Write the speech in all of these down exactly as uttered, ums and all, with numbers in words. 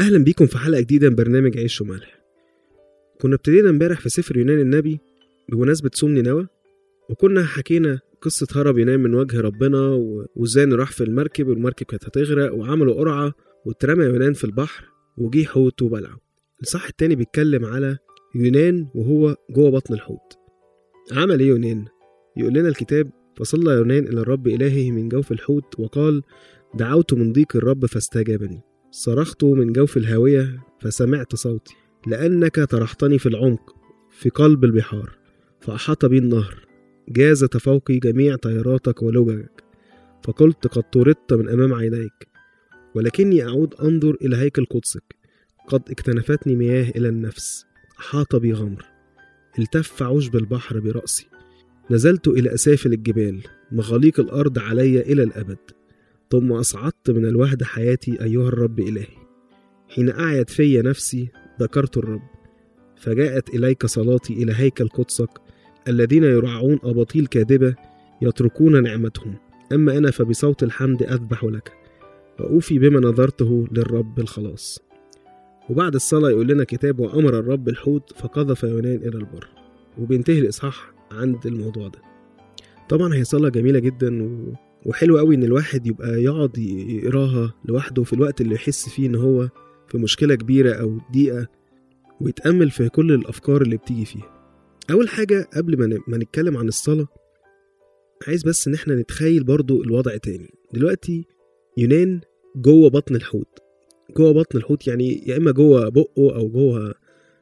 أهلا بيكم في حلقة جديدة من برنامج عيش وملح. كنا ابتدينا امبارح في سفر يونان النبي بمناسبة صوم نينوى، وكنا حكينا قصة هرب يونان من وجه ربنا وازاي انه راح في المركب والمركب كانت هتغرق وعملوا قرعة واترمى يونان في البحر وجي حوت وبلعه. الصح التاني بيتكلم على يونان وهو جوه بطن الحوت. عمل ايه يونان؟ يقول لنا الكتاب: فصلى يونان إلى الرب إلهه من جوف الحوت وقال: دعوت من ضيق الرب فاستجابني، صرخت من جوف الهاوية فسمعت صوتي، لأنك طرحتني في العمق في قلب البحار، فأحاط بي النهر، جاز فوقي جميع طياراتك ولججك، فقلت قد طردت من أمام عينيك، ولكني أعود أنظر إلى هيكل قدسك، قد اكتنفتني مياه إلى النفس، أحاط بي غمر، التف عشب البحر برأسي، نزلت إلى أسافل الجبال، مغاليق الأرض علي إلى الأبد، ثم أصعدت من الوهد حياتي أيها الرب إلهي. حين أعيت في نفسي ذكرت الرب، فجاءت إليك صلاتي إلى هيكل قدسك. الذين يرعون أباطيل كاذبة يتركون نعمتهم، أما أنا فبصوت الحمد أذبح لك، وأوفي بما نظرته للرب الخلاص. وبعد الصلاة يقول لنا كتاب: وأمر الرب الحوت فقذف يونان إلى البر. وبينتهي الإصحاح عند الموضوع ده. طبعا هي صلاة جميلة جدا و... وحلو قوي ان الواحد يبقى يقعد يقراها لوحده في الوقت اللي يحس فيه ان هو في مشكلة كبيرة او ضيقة، ويتأمل في كل الافكار اللي بتيجي فيها. اول حاجة قبل ما نتكلم عن الصلاة، عايز بس ان احنا نتخيل برضو الوضع تاني. دلوقتي يونان جوه بطن الحوت. جوه بطن الحوت يعني يا اما جوه بقه او جوه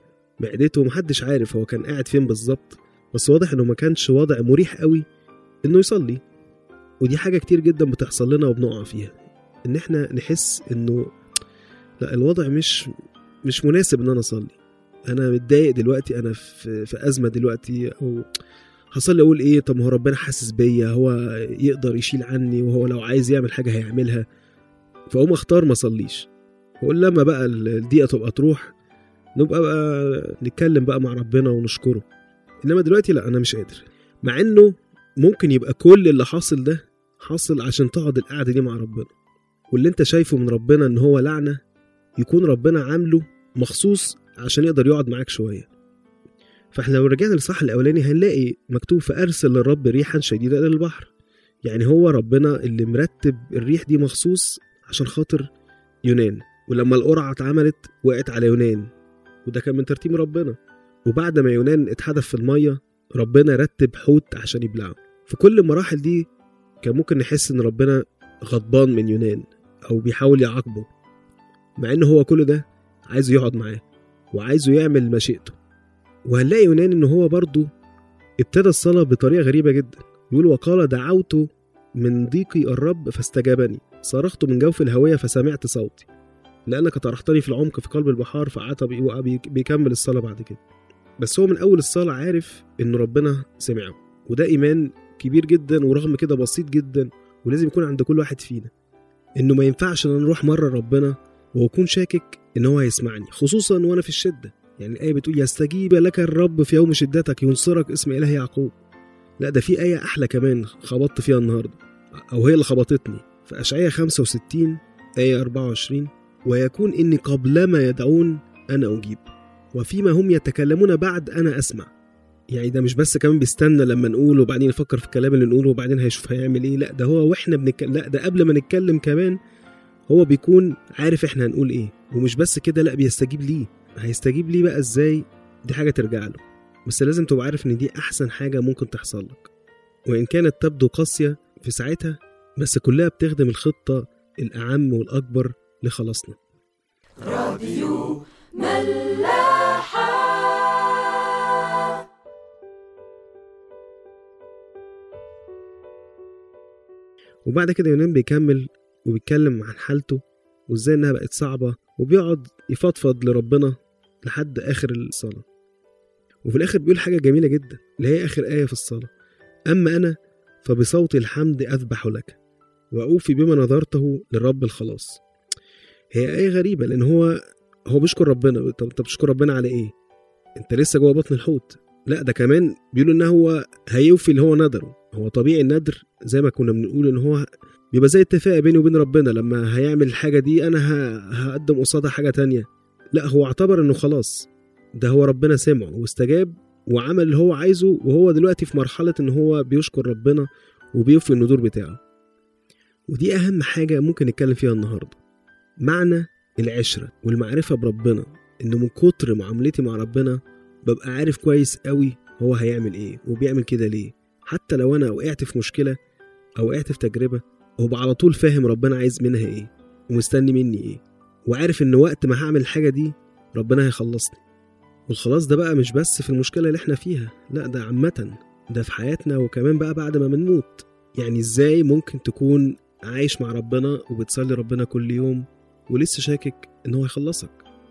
معدته، محدش عارف هو كان قاعد فين بالظبط، بس واضح انه ما كانش وضع مريح قوي انه يصلي. ودي حاجة كتير جدا بتحصل لنا وبنقع فيها، ان احنا نحس انه لا، الوضع مش مش مناسب ان انا اصلي، انا متضايق دلوقتي، انا في, في ازمة دلوقتي، او هصلي اقول ايه؟ طب ما هو ربنا حاسس بيا، هو يقدر يشيل عني، وهو لو عايز يعمل حاجة هيعملها، فاقوم اختار ما اصليش. وقول لما بقى الدقيقة تبقى تروح نبقى بقى نتكلم بقى مع ربنا ونشكره. انما دلوقتي لا، انا مش قادر. مع انه ممكن يبقى كل اللي حاصل ده حاصل عشان تقعد القعدة دي مع ربنا، واللي انت شايفه من ربنا ان هو لعنة يكون ربنا عامله مخصوص عشان يقدر يقعد معاك شوية. فاحنا لو رجعنا للصح الاولاني هنلاقي مكتوب: فأرسل للرب ريحا شديدة الى البحر. يعني هو ربنا اللي مرتب الريح دي مخصوص عشان خاطر يونان. ولما القرعة اتعملت وقعت على يونان، وده كان من ترتيب ربنا. وبعد ما يونان اتحدف في المية، ربنا رتب حوت عشان يبلعه. في كل المراحل دي كان ممكن نحس ان ربنا غضبان من يونان او بيحاول يعاقبه، مع انه هو كل ده عايزه يقعد معاه وعايزه يعمل مشيئته. وهنلاقي يونان ان هو برضو ابتدى الصلاة بطريقة غريبة جدا. يقول: وقال دعوت من ضيقي الرب فاستجابني، صرخت من جوف الهوية فسمعت صوتي، لأنك طرحتني في العمق في قلب البحار، فأعطى بيكمل الصلاة بعد كده. بس هو من أول الصلاة عارف إن ربنا سمعه، وده إيمان كبير جدا، ورغم كده بسيط جدا، ولازم يكون عند كل واحد فينا، إنه ما ينفعش إن نروح مرة ربنا وأكون شاكك إن هو هيسمعني، خصوصا وأنا في الشدة. يعني الآية بتقول: يستجيب لك الرب في يوم شدتك، ينصرك اسم إله يعقوب. لا، ده في آية أحلى كمان خبطت فيها النهاردة، أو هي اللي خبطتني، في أشعياء خمسة وستين آية أربعة وعشرين: ويكون إني قبلما يدعون أنا أجيب، وفيما هم يتكلمون بعد أنا أسمع. يعني ده مش بس كمان بيستنى لما نقول وبعدين يفكر في الكلام اللي نقوله وبعدين هيشوف هيعمل ايه، لا ده هو واحنا بنتكلم، لا ده قبل ما نتكلم كمان هو بيكون عارف احنا هنقول ايه. ومش بس كده، لا بيستجيب ليه. هيستجيب ليه بقى ازاي؟ دي حاجة ترجع له، بس لازم تبقى عارف ان دي احسن حاجة ممكن تحصل لك، وان كانت تبدو قاسية في ساعتها، بس كلها بتخدم الخطة الاعم والاكبر لخلاصنا. راديو ملاحة. وبعد كده يونان بيكمل وبيتكلم عن حالته وازاي انها بقت صعبة، وبيقعد يفضفض لربنا لحد اخر الصلاة. وفي الاخر بيقول حاجة جميلة جدا اللي هي اخر آية في الصلاة: اما انا فبصوت الحمد اذبح لك، واوفي بما نظرته للرب الخلاص. هي آية غريبة، لان هو هو بيشكر ربنا. طب انت بتشكر ربنا على ايه؟ انت لسه جوه بطن الحوت. لا، ده كمان بيقولوا ان هو هيوفي اللي هو ندره. هو طبيعي الندر زي ما كنا بنقول ان هو بيبقى زي اتفاق بيني وبين ربنا، لما هيعمل الحاجة دي أنا هقدم قصادها حاجة تانية. لا، هو اعتبر إنه خلاص ده هو ربنا سمعه واستجاب وعمل اللي هو عايزه، وهو دلوقتي في مرحلة إن هو بيشكر ربنا وبيوفي النذور بتاعه. ودي أهم حاجة ممكن نتكلم فيها النهاردة، معنى العشرة والمعرفة بربنا. إنه من كتر معاملتي مع ربنا ببقى عارف كويس قوي هو هيعمل إيه وبيعمل كده ليه. حتى لو أنا وقعت في مشكلة أو وقعت في تجربة، هو على طول فاهم ربنا عايز منها إيه ومستني مني إيه، وعارف إن وقت ما هعمل الحاجة دي ربنا هيخلصني. والخلاص ده بقى مش بس في المشكلة اللي احنا فيها، لا ده عامة، ده في حياتنا وكمان بقى بعد ما بنموت. يعني ازاي ممكن تكون عايش مع ربنا وبتصلي ربنا كل يوم ولسه شاكك ان هو يخلصك؟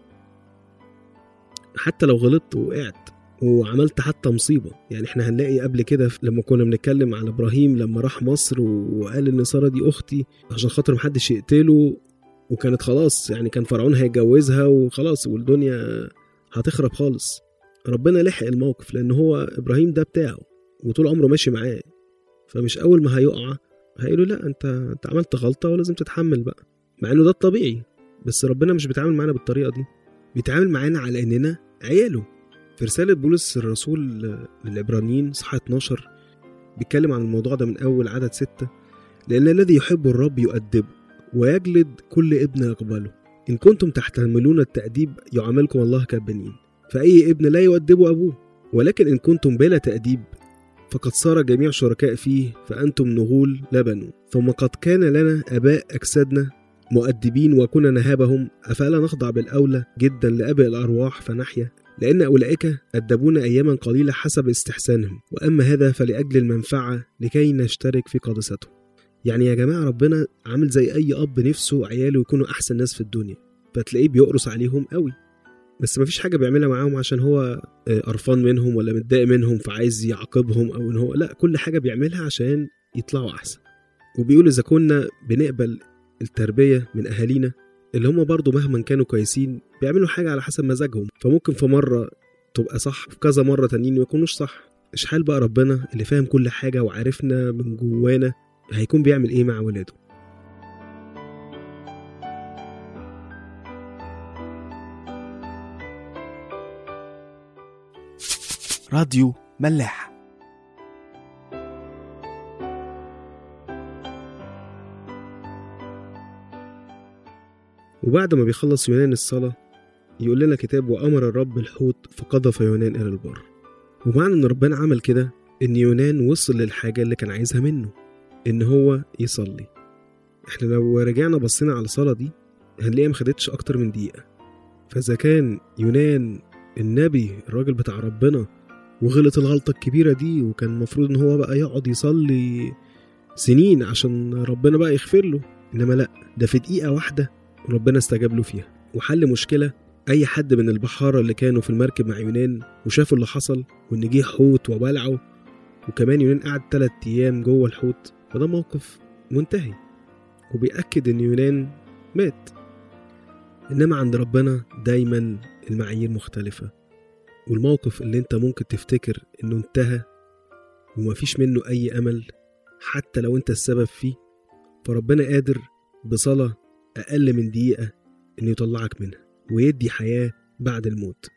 حتى لو غلطت وقعت وعملت حتى مصيبة. يعني احنا هنلاقي قبل كده لما كنا بنتكلم على ابراهيم لما راح مصر وقال ان سارة دي اختي عشان خاطر محدش يقتله، وكانت خلاص يعني كان فرعون هيتجوزها وخلاص والدنيا هتخرب خالص. ربنا لحق الموقف لان هو ابراهيم ده بتاعه وطول عمره ماشي معاه، فمش اول ما هيقع هيقولوا لا انت انت عملت غلطة ولازم تتحمل بقى، مع انه ده الطبيعي. بس ربنا مش بيتعامل معانا بالطريقة دي، بيتعامل معانا على اننا عياله. في رسالة بولس الرسول للعبرانيين صح اتناشر بيتكلم عن الموضوع ده من اول عدد ستة: لان الذي يحب الرب يؤدبه ويجلد كل ابن يقبله، إن كنتم تحتملون التأديب يعاملكم الله كالبنين، فأي ابن لا يؤدبه أبوه. ولكن إن كنتم بلا تأديب فقد صار جميع شركاء فيه، فأنتم نغول لا بنو. ثم قد كان لنا أباء أجسادنا مؤدبين وكنا نهابهم، أفلا نخضع بالأولى جدا لأباء الأرواح فنحيا؟ لأن أولئك أدبونا أياما قليلة حسب استحسانهم، وأما هذا فلأجل المنفعة لكي نشترك في قدسته. يعني يا جماعة ربنا عامل زي أي أب نفسه عياله يكونوا أحسن ناس في الدنيا، فتلاقيه بيقرص عليهم قوي، بس مفيش حاجة بيعملها معاهم عشان هو قرفان منهم ولا متضايق منهم فعايز يعاقبهم أو إن هو لا، كل حاجة بيعملها عشان يطلعوا أحسن. وبيقول إذا كنا بنقبل التربية من أهالينا اللي هم برضو مهما كانوا كويسين بيعملوا حاجة على حسب مزاجهم، فممكن في مرة تبقى صح في كذا مرة تانيين ما يكونوش صح. إيش حال بقى ربنا اللي فاهم كل حاجة وعارفنا من جوانا هيكون بيعمل إيه مع ولاده؟ راديو ملاح. وبعد ما بيخلص يونان الصلاة يقول لنا كتاب: وأمر الرب الحوت فقذف يونان إلى البر. ومعنى إن ربنا عمل كده إن يونان وصل للحاجة اللي كان عايزها منه، إن هو يصلي. إحنا لو رجعنا بصينا على الصلاة دي هنلاقيها مخدتش أكتر من دقيقة. فإذا كان يونان النبي الراجل بتاع ربنا وغلط الغلطة الكبيرة دي وكان المفروض إن هو بقى يقعد يصلي سنين عشان ربنا بقى يغفر له، إنما لأ، ده في دقيقة واحدة ربنا استجاب له فيها وحل مشكلة أي حد من البحارة اللي كانوا في المركب مع يونان وشافوا اللي حصل وإن جه حوت وبلعه، وكمان يونان قعد ثلاث أيام جوه الحوت. فده موقف منتهي وبيأكد إن يونان مات. إنما عند ربنا دايما المعايير مختلفة، والموقف اللي انت ممكن تفتكر إنه انتهى ومفيش منه أي أمل حتى لو انت السبب فيه، فربنا قادر بصلاة أقل من دقيقة إنه يطلعك منها ويدي حياة بعد الموت.